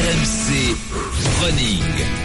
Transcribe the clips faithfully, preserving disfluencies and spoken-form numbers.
M C Running.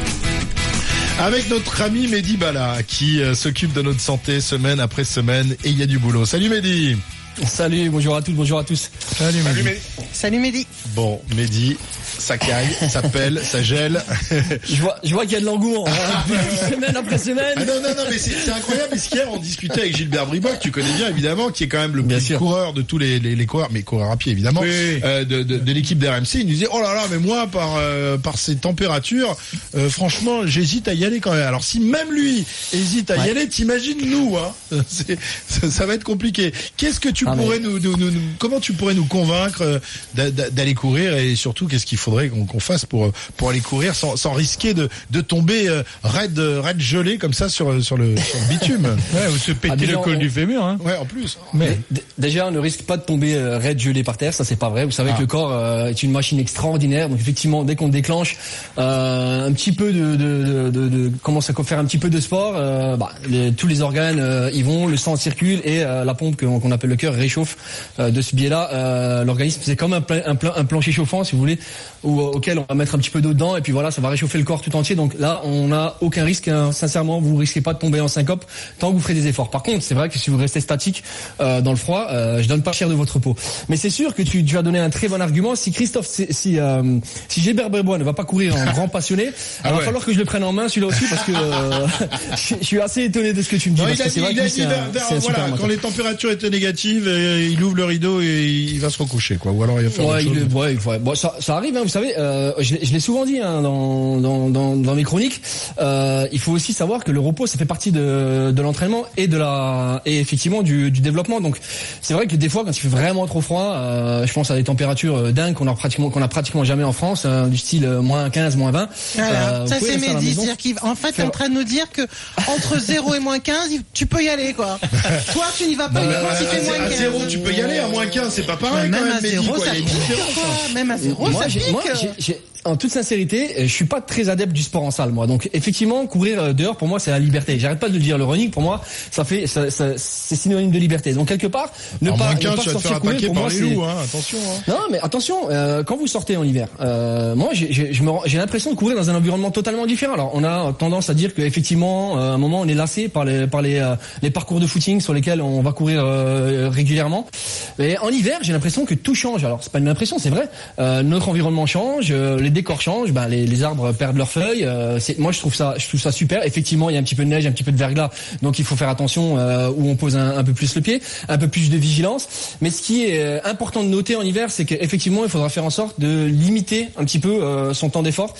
Avec notre ami Mehdi Bala qui euh, s'occupe de notre santé semaine après semaine et il y a du boulot. Salut Mehdi. Salut, bonjour à toutes, bonjour à tous. Salut Mehdi. Salut, Salut Mehdi. Bon, Mehdi, ça caille, ça pèle, ça gèle. Je vois, je vois qu'il y a de l'engouement, hein, semaine après semaine. Ah non, non, non, mais c'est, c'est incroyable. Parce qu'hier, on discutait avec Gilbert Bribois, que tu connais bien, évidemment, qui est quand même le plus coureur de tous les, les, les coureurs, mais coureur à pied, évidemment, oui. euh, de, de, de l'équipe d'R M C. Il nous disait, oh là là, mais moi, par, euh, par ces températures, euh, franchement, j'hésite à y aller quand même. Alors, si même lui hésite à y ouais. aller, t'imagines nous, hein. C'est, ça, ça va être compliqué. Qu'est-ce que tu ah, pourrais mais... nous, nous, nous, comment tu pourrais nous convaincre d'aller courir et surtout, qu'est-ce qu'il faudrait qu'on, qu'on fasse pour, pour aller courir sans, sans risquer de, de tomber euh, raide, raide gelé comme ça sur, sur, le, sur le bitume. Ouais, ou se péter ah, déjà, le col on... du fémur, hein. Ouais, en plus. Mais d- déjà, on ne risque pas de tomber euh, raide gelé par terre, ça c'est pas vrai. Vous savez ah. que le corps euh, est une machine extraordinaire, donc effectivement, dès qu'on déclenche euh, un petit peu de, de, de, de, de commence à faire un petit peu de sport, euh, bah, les, tous les organes euh, y vont, le sang circule et euh, la pompe qu'on, qu'on appelle le cœur réchauffe euh, de ce biais-là. Euh, l'organisme, c'est comme un, pla- un, pla- un plancher chauffant, si vous voulez, où, auquel on va mettre un petit peu d'eau dedans et puis voilà, ça va réchauffer le corps tout entier. Donc là, on n'a aucun risque. Hein. Sincèrement, vous risquez pas de tomber en syncope tant que vous ferez des efforts. Par contre, c'est vrai que si vous restez statique euh, dans le froid, euh, je donne pas cher de votre peau. Mais c'est sûr que tu, tu as donné un très bon argument. Si Christophe, si si, euh, si Gilbert Bribois ne va pas courir en grand passionné, ah il va ouais. falloir que je le prenne en main celui-là aussi parce que euh, je, je suis assez étonné de ce que tu me dis. Non, parce que c'est vrai que c'est un, c'est un voilà, quand les températures étaient négatives, euh, il ouvre le rideau et il va se recoucher, quoi. Ou alors il va faire ouais, autre chose. Il, ouais, ouais. Bon, ça, ça arrive, hein, vous savez. Euh, je, je l'ai souvent dit hein, dans, dans, dans, dans mes chroniques. Euh, il faut aussi savoir que le repos, ça fait partie de, de l'entraînement et de la et effectivement du, du développement. Donc, c'est vrai que des fois, quand il fait vraiment trop froid, euh, je pense à des températures dingues qu'on a pratiquement qu'on a pratiquement jamais en France, hein, du style euh, moins quinze, moins vingt. Voilà. Euh, ça c'est Mehdi, c'est-à-dire qu'en fait, t'es en train de nous dire que entre zéro et moins quinze, tu peux y aller, quoi. Toi, tu n'y vas pas uniquement si fait moins quinze. À zéro, tu peux y aller. À moins quinze, c'est pas pareil. Même quand même, à zéro, Mehdi, ça pique. Même à zéro, moi, ça j'ai, pique. Moi, j'ai, j'ai, en toute sincérité, je suis pas très adepte du sport en salle, moi. Donc, effectivement, courir dehors, pour moi, c'est la liberté. J'arrête pas de le dire. Le running, pour moi, ça fait, ça, ça, c'est synonyme de liberté. Donc, quelque part, ne Alors, pas, ne pas tu vas sortir te courir, pour par moi, les c'est... loups, hein. Attention, hein. Non, mais attention, euh, quand vous sortez en hiver, euh, moi, j'ai, j'ai, je me, j'ai l'impression de courir dans un environnement totalement différent. Alors, on a tendance à dire qu'effectivement, euh, à un moment, on est lassé par les, par les, euh, les parcours de footing sur lesquels on va courir euh, régulièrement. Mais en hiver, j'ai l'impression que tout change. Alors, c'est pas une impression, c'est vrai. Euh, notre environnement change, euh, les décors changent, ben, les, les arbres perdent leurs feuilles. Euh, c'est, moi, je trouve ça, je trouve ça super. Effectivement, il y a un petit peu de neige, un petit peu de verglas, donc il faut faire attention euh, où on pose un, un peu plus le pied, un peu plus de vigilance. Mais ce qui est euh, important de noter en hiver, c'est qu'effectivement, il faudra faire en sorte de limiter un petit peu euh, son temps d'effort.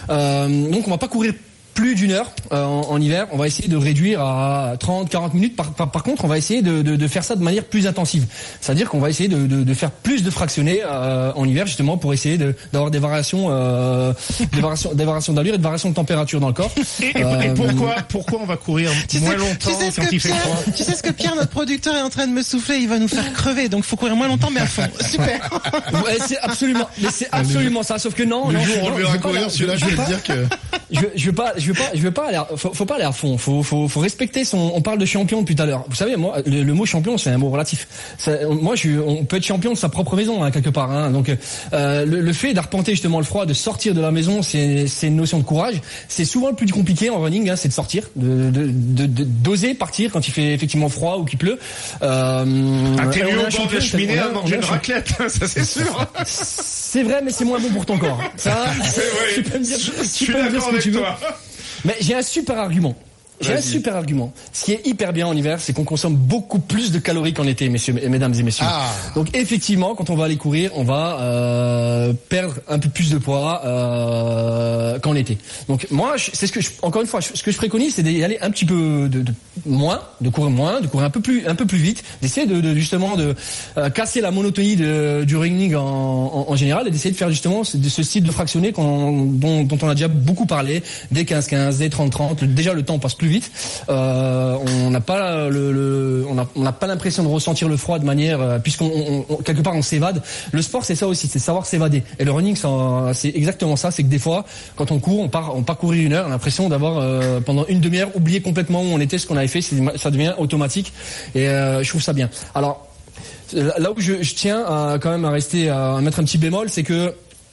Euh, donc, on va pas courir plus d'une heure euh, en, en hiver, on va essayer de réduire à trente, quarante minutes. Par, par, par contre, on va essayer de, de, de faire ça de manière plus intensive. C'est-à-dire qu'on va essayer de, de, de faire plus de fractionnés euh, en hiver, justement, pour essayer de, d'avoir des variations, euh, des variations, des variations d'allure et des variations de température dans le corps. Et, euh, et pourquoi, pourquoi on va courir tu moins sais, longtemps tu sais quand il fait Pierre, froid? Tu sais ce que Pierre, notre producteur, est en train de me souffler, il va nous faire crever, donc faut courir moins longtemps, mais à fond. Super. Ouais, c'est absolument, mais c'est absolument ça. Sauf que non, le non, jour où on le verra courir, celui-là, je vais te dire que. Je, je veux pas, je veux pas, je veux pas aller. À, faut, faut pas aller à fond. Faut, faut, faut respecter son. On parle de champion depuis tout à l'heure. Vous savez, moi, le, le mot champion, c'est un mot relatif. Ça, moi, je, on peut être champion de sa propre maison, hein, quelque part. Hein. Donc, euh, le, le fait d'arpenter justement le froid, de sortir de la maison, c'est, c'est une notion de courage. C'est souvent le plus compliqué en running, hein, c'est de sortir, de, de, de, de, d'oser partir quand il fait effectivement froid ou qu'il pleut. Euh, ah, t'es mieux au bord champion, de la cheminée à on manger a, une raclette, ça c'est sûr. C'est vrai, mais c'est moins bon pour ton corps. Ça, c'est vrai. Tu peux me dire, je, tu je suis peux me dire ce que tu veux. Toi. Mais j'ai un super argument. J'ai Vas-y. un super argument. Ce qui est hyper bien en hiver, c'est qu'on consomme beaucoup plus de calories qu'en été, messieurs, mesdames et messieurs. Ah. Donc effectivement, quand on va aller courir, on va euh, perdre un peu plus de poids euh, qu'en été. Donc moi, je, c'est ce que je, encore une fois, je, ce que je préconise, c'est d'y aller un petit peu de, de moins, de courir moins, de courir un peu plus, un peu plus vite, d'essayer de, de justement de euh, casser la monotonie de, du running en, en, en général et d'essayer de faire justement ce, de ce style de fractionné qu'on, dont, dont on a déjà beaucoup parlé, des quinze quinze, des trente trente. Déjà le temps passe plus vite. Euh, on n'a pas le, le on n'a on n'a pas l'impression de ressentir le froid de manière euh, puisqu'on on, on, quelque part on s'évade. Le sport c'est ça aussi, c'est savoir s'évader. Et le running ça, c'est exactement ça, c'est que des fois quand on court, on part on part courir une heure, on a l'impression d'avoir euh, pendant une demi-heure oublié complètement où on était, ce qu'on avait fait, c'est, ça devient automatique et euh, je trouve ça bien. Alors là où je, je tiens à, quand même à rester à mettre un petit bémol, c'est que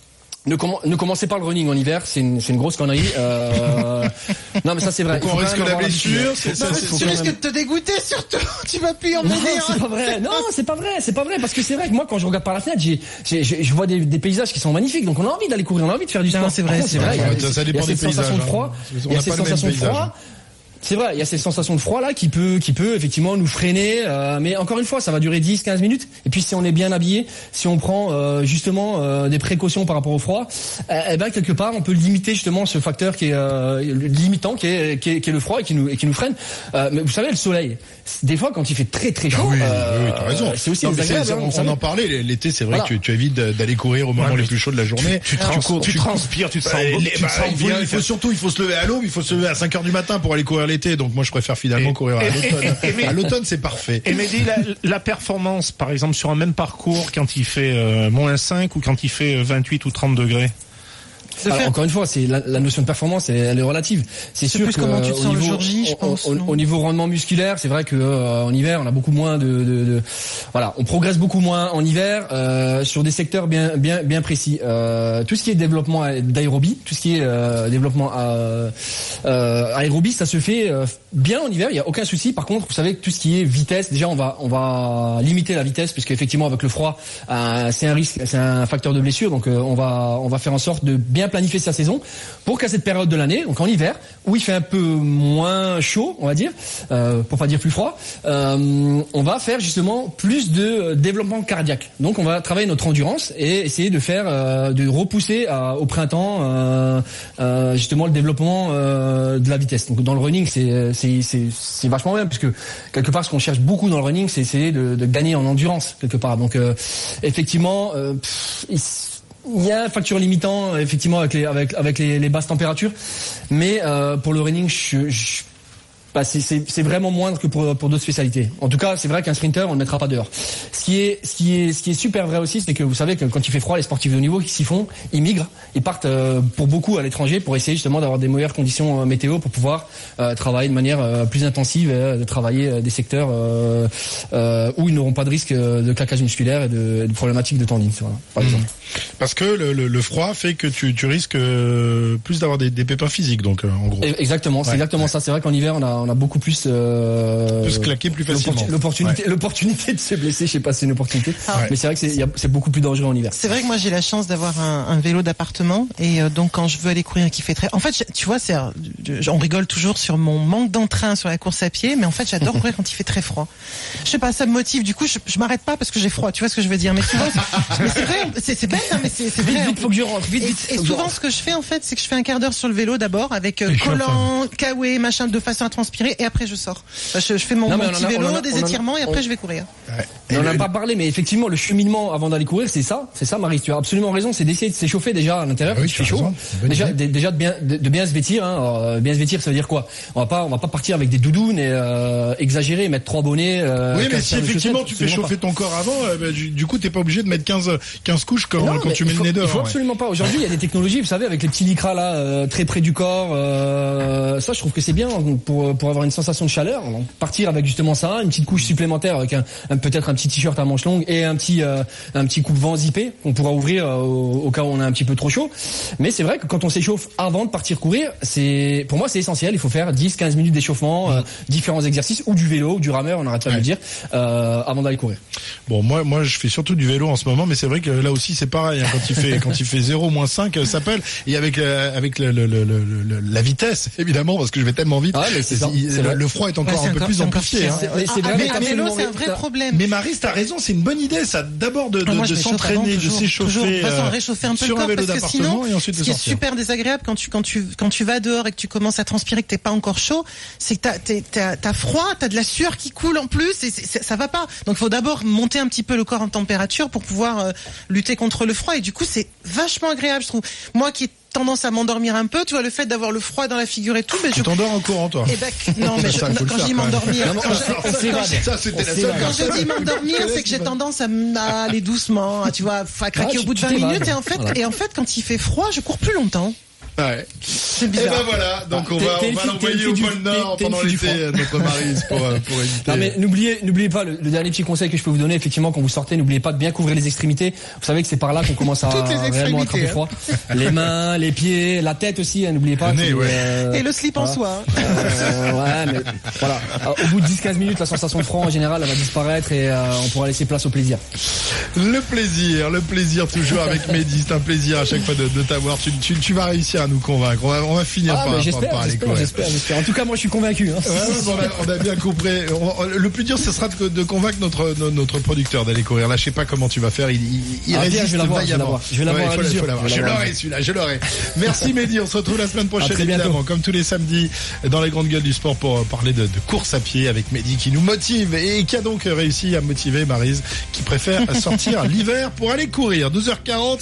Ne, comm- ne commencez pas le running en hiver, c'est une, c'est une grosse connerie. Euh... non mais ça c'est vrai. Donc on risque la blessure. C'est ça, c'est, tu risques de te dégoûter surtout. Tu vas plus y emmener. Non, c'est pas vrai. Non, c'est pas vrai. C'est pas vrai parce que c'est vrai que moi quand je regarde par la fenêtre, j'ai, j'ai, je vois des, des paysages qui sont magnifiques. Donc on a envie d'aller courir, on a envie de faire du sport. Non, c'est vrai, contre, c'est vrai. Il y a, ça il y a dépend des cette sensation paysages. de froid. Hein. Il y a cette sensation de froid. C'est vrai, il y a cette sensation de froid là qui peut, qui peut effectivement nous freiner. Euh, mais encore une fois, ça va durer dix, quinze minutes. Et puis si on est bien habillé, si on prend euh, justement euh, des précautions par rapport au froid, euh, eh ben quelque part on peut limiter justement ce facteur qui est euh, limitant, qui est, qui est, qui est le froid et qui nous, et qui nous freine. Euh, mais vous savez, le soleil, des fois quand il fait très très chaud, ah oui, euh, oui, t'as raison. c'est aussi non, désagréable. Hein, on, on en parlait l'été, c'est vrai voilà. que tu, tu évites d'aller courir au moment ouais, le plus chaud de la journée. Tu, tu, trans- tu, tu, tu transpires, tu te sens, bah, tu te bah, sens il faut, bien. Il faut surtout, il faut se lever à l'aube, il faut se lever à cinq heures du matin pour aller courir l'été. Donc moi, je préfère finalement et, courir à et, l'automne. Et, et, à l'automne, c'est parfait. Et Mehdi, la, la performance, par exemple, sur un même parcours, quand il fait euh, moins cinq ou quand il fait vingt-huit ou trente degrés. Alors, encore une fois, c'est la, la notion de performance, elle, elle est relative. C'est, c'est sûr plus que comment tu te au sens niveau, le jour J, je pense. Au, au, au niveau rendement musculaire, c'est vrai que euh, en hiver, on a beaucoup moins de, de, de, voilà, on progresse beaucoup moins en hiver euh, sur des secteurs bien, bien, bien précis. Euh, tout ce qui est développement d'aérobie, tout ce qui est euh, développement euh, euh, aérobie, ça se fait euh, bien en hiver. Il y a aucun souci. Par contre, vous savez que tout ce qui est vitesse, déjà, on va, on va limiter la vitesse puisque effectivement avec le froid, euh, c'est un risque, c'est un facteur de blessure. Donc, euh, on va, on va faire en sorte de bien planifier sa saison pour qu'à cette période de l'année, donc en hiver, où il fait un peu moins chaud, on va dire, euh, pour pas dire plus froid, euh, on va faire justement plus de développement cardiaque. Donc on va travailler notre endurance et essayer de faire, euh, de repousser à, au printemps euh, euh, justement le développement euh, de la vitesse. Donc dans le running, c'est c'est c'est, c'est vachement bien puisque quelque part ce qu'on cherche beaucoup dans le running, c'est essayer de, de gagner en endurance quelque part. Donc euh, effectivement, euh, pff, il, Il y a un facteur limitant effectivement avec les avec avec les, les basses températures, mais euh, pour le running, je, je bah c'est, c'est c'est vraiment moindre que pour pour d'autres spécialités. En tout cas, c'est vrai qu'un sprinter, on le mettra pas dehors. Ce qui est ce qui est ce qui est super vrai aussi, c'est que vous savez que quand il fait froid, les sportifs de haut niveau qui s'y font, ils migrent, ils partent euh, pour beaucoup à l'étranger pour essayer justement d'avoir des meilleures conditions euh, météo pour pouvoir euh, travailler de manière euh, plus intensive, euh, de travailler euh, des secteurs euh, euh, où ils n'auront pas de risque de claquage musculaire et de, de problématiques de tendines, voilà, par exemple. Mmh. Parce que le, le, le froid fait que tu, tu risques plus d'avoir des, des pépins physiques, donc euh, en gros. Exactement, c'est ouais, exactement ouais. ça. C'est vrai qu'en hiver, on a, on a beaucoup plus. Euh, peut se claquer plus facilement. L'opportunité, ouais. l'opportunité de se blesser, je sais pas si c'est une opportunité, ah, mais c'est vrai que c'est, y a, c'est beaucoup plus dangereux en hiver. C'est vrai que moi j'ai la chance d'avoir un, un vélo d'appartement et euh, donc quand je veux aller courir qui fait très, en fait, tu vois, c'est, on rigole toujours sur mon manque d'entrain sur la course à pied, mais en fait j'adore courir quand il fait très froid. Je sais pas, ça me motive. Du coup, je, je m'arrête pas parce que j'ai froid. Tu vois ce que je veux dire? Mais souvent, c'est, mais c'est vrai, c'est, c'est bête, hein, mais c'est, c'est vite, vrai. Vite, faut que je rentre. Vite, vite. Et, et souvent, ce que je fais en fait, c'est que je fais un quart d'heure sur le vélo d'abord avec euh, collant, kawaii, machin, de façon à transpirer, et après je sors. Je, je fais mon, non, mon petit a, vélo, a, des étirements, a, et après on... je vais courir. Ouais. On n'en a pas parlé, mais effectivement, le cheminement avant d'aller courir, c'est ça, c'est ça, Marie. Tu as absolument raison. C'est d'essayer de s'échauffer déjà à l'intérieur, oui, il fait chaud. Déjà, d- déjà de bien, de, de bien se vêtir. Hein. Alors, bien se vêtir, ça veut dire quoi? On va pas, on va pas partir avec des doudounes et euh, exagérer, mettre trois bonnets. Euh, oui, mais si effectivement tu fais chauffer ton corps avant, euh, bah, du, du coup, t'es pas obligé de mettre quinze, quinze couches quand, non, quand tu mets faut, le nez dehors. Il faut absolument ouais. pas. Aujourd'hui, il y a des technologies, vous savez, avec les petits lycras là, euh, très près du corps. Euh, ça, je trouve que c'est bien pour pour avoir une sensation de chaleur. Donc, partir avec justement ça, une petite couche supplémentaire avec un, un peut-être un petit t-shirt à manches longues et un petit euh, un petit coupe-vent zippé qu'on pourra ouvrir euh, au, au cas où on a un petit peu trop chaud. Mais c'est vrai que quand on s'échauffe avant de partir courir, c'est pour moi c'est essentiel. Il faut faire dix quinze minutes d'échauffement, euh, différents exercices ou du vélo ou du rameur, on arrête pas ouais. de le dire, euh, avant d'aller courir. Bon, moi moi je fais surtout du vélo en ce moment, mais c'est vrai que là aussi c'est pareil. Hein, quand il fait quand il fait zéro moins cinq, ça pèle. Et avec euh, avec le, le, le, le, le, la vitesse évidemment parce que je vais tellement vite. Ah, mais c'est ça, il, c'est le, le froid est encore ouais, un peu plus amplifié. Hein. C'est, c'est, c'est ah, mais à vélo c'est un vrai problème. Mais Maryse, t'as raison, c'est une bonne idée ça. D'abord de, de, moi, de s'entraîner, toujours, de s'échauffer toujours, de façon à réchauffer un peu sur le corps, un vélo parce que d'appartement sinon, et ensuite ce de qui sortir. est super désagréable quand tu quand tu quand tu vas dehors et que tu commences à transpirer, que t'es pas encore chaud, c'est que t'as t'es, t'as, t'as froid, t'as de la sueur qui coule en plus et c'est, c'est, ça va pas. Donc il faut d'abord monter un petit peu le corps en température pour pouvoir euh, lutter contre le froid et du coup c'est vachement agréable je trouve. Moi qui ai tendance à m'endormir un peu, tu vois, le fait d'avoir le froid dans la figure et tout, mais tu je t'endors en courant, toi. Eh ben, non, mais je, ça, quand je dis m'endormir, quand, quand, je, quand, je, ça, c'était la seule quand je dis m'endormir, c'est que j'ai tendance à, à aller doucement, à, tu vois, à craquer ah, au bout de vingt minutes, et en fait, voilà. et en fait, quand il fait froid, je cours plus longtemps. Ouais. C'est Et bizarre. ben voilà, donc Ah, on t'es- va, t'es on une va fille- l'envoyer t'es une au fille pôle du- Nord t'es- t'es pendant une fille du l'été, notre Maryse, pour, euh, pour éviter. Non mais n'oubliez, n'oubliez pas le, le dernier petit conseil que je peux vous donner, effectivement, quand vous sortez, n'oubliez pas de bien couvrir les extrémités. Vous savez que c'est par là qu'on commence à Toutes les réellement extrémités, attraper froid. Les mains, les pieds, la tête aussi, hein, n'oubliez pas. Le nez, que, ouais. euh, Et le slip en voilà. soie. Euh, ouais, mais voilà. Euh, Au bout de dix quinze minutes, la sensation de froid en général, elle va disparaître et euh, on pourra laisser place au plaisir. Le plaisir, le plaisir toujours avec Mehdi, c'est un plaisir à chaque fois de, de t'avoir. Tu, tu, tu vas réussir à nous convaincre. On va, on va finir Ah, par, mais par, j'espère, par aller j'espère, courir. j'espère, j'espère. En tout cas, moi, je suis convaincu. Hein. Ouais, ouais, on, a, on a bien compris. On- le plus dur, ce sera de, de convaincre notre, no- notre producteur d'aller courir. Là, je sais pas comment tu vas faire. Il, il, il Ah, résiste Pierre, je vais l'avoir, je vais vaillamment. l'avoir. Je vais l'avoir Ouais, à il faut la- l'usure. faut l'avoir. Je vais Je l'avoir. l'aurai, celui-là, je l'aurai. Merci Mehdi. On se retrouve la semaine prochaine, À très bientôt. évidemment, comme tous les samedis, dans les grandes gueules du sport pour parler de, de course à pied avec Mehdi qui nous motive et qui a donc réussi à motiver Maryse qui préfère sortir l'hiver pour aller courir. douze heures quarante.